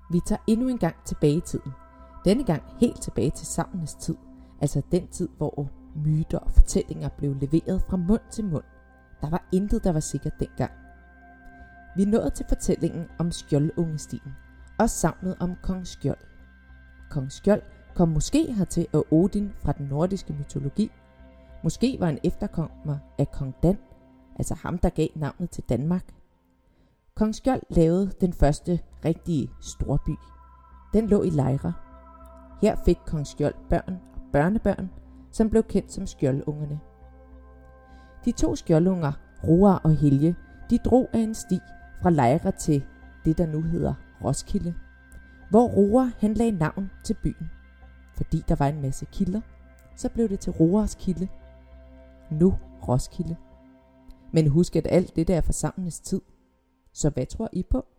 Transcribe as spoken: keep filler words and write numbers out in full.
Vi tager endnu en gang tilbage i tiden. Denne gang helt tilbage til sagnenes tid. Altså den tid, hvor myter og fortællinger blev leveret fra mund til mund. Der var intet, der var sikkert dengang. Vi nåede til fortællingen om Skjoldungestien og sagnet om Kong Skjold. Kong Skjold kom måske hertil af Odin fra den nordiske mytologi. Måske var en efterkommer af Kong Dan, altså ham, der gav navnet til Danmark. Kong Skjold lavede den første rigtige storby. Den lå i Lejre. Her fik Kong Skjold børn og børnebørn, som blev kendt som skjoldungerne. De to skjoldunger, Roar og Helge, de drog af en sti fra Lejre til det, der nu hedder Roskilde, hvor Roar han lagde navn til byen. Fordi der var en masse kilder, så blev det til Roars Kilde. Nu Roskilde. Men husk, at alt det der er for sagnenes tid. Så hvad tror I på?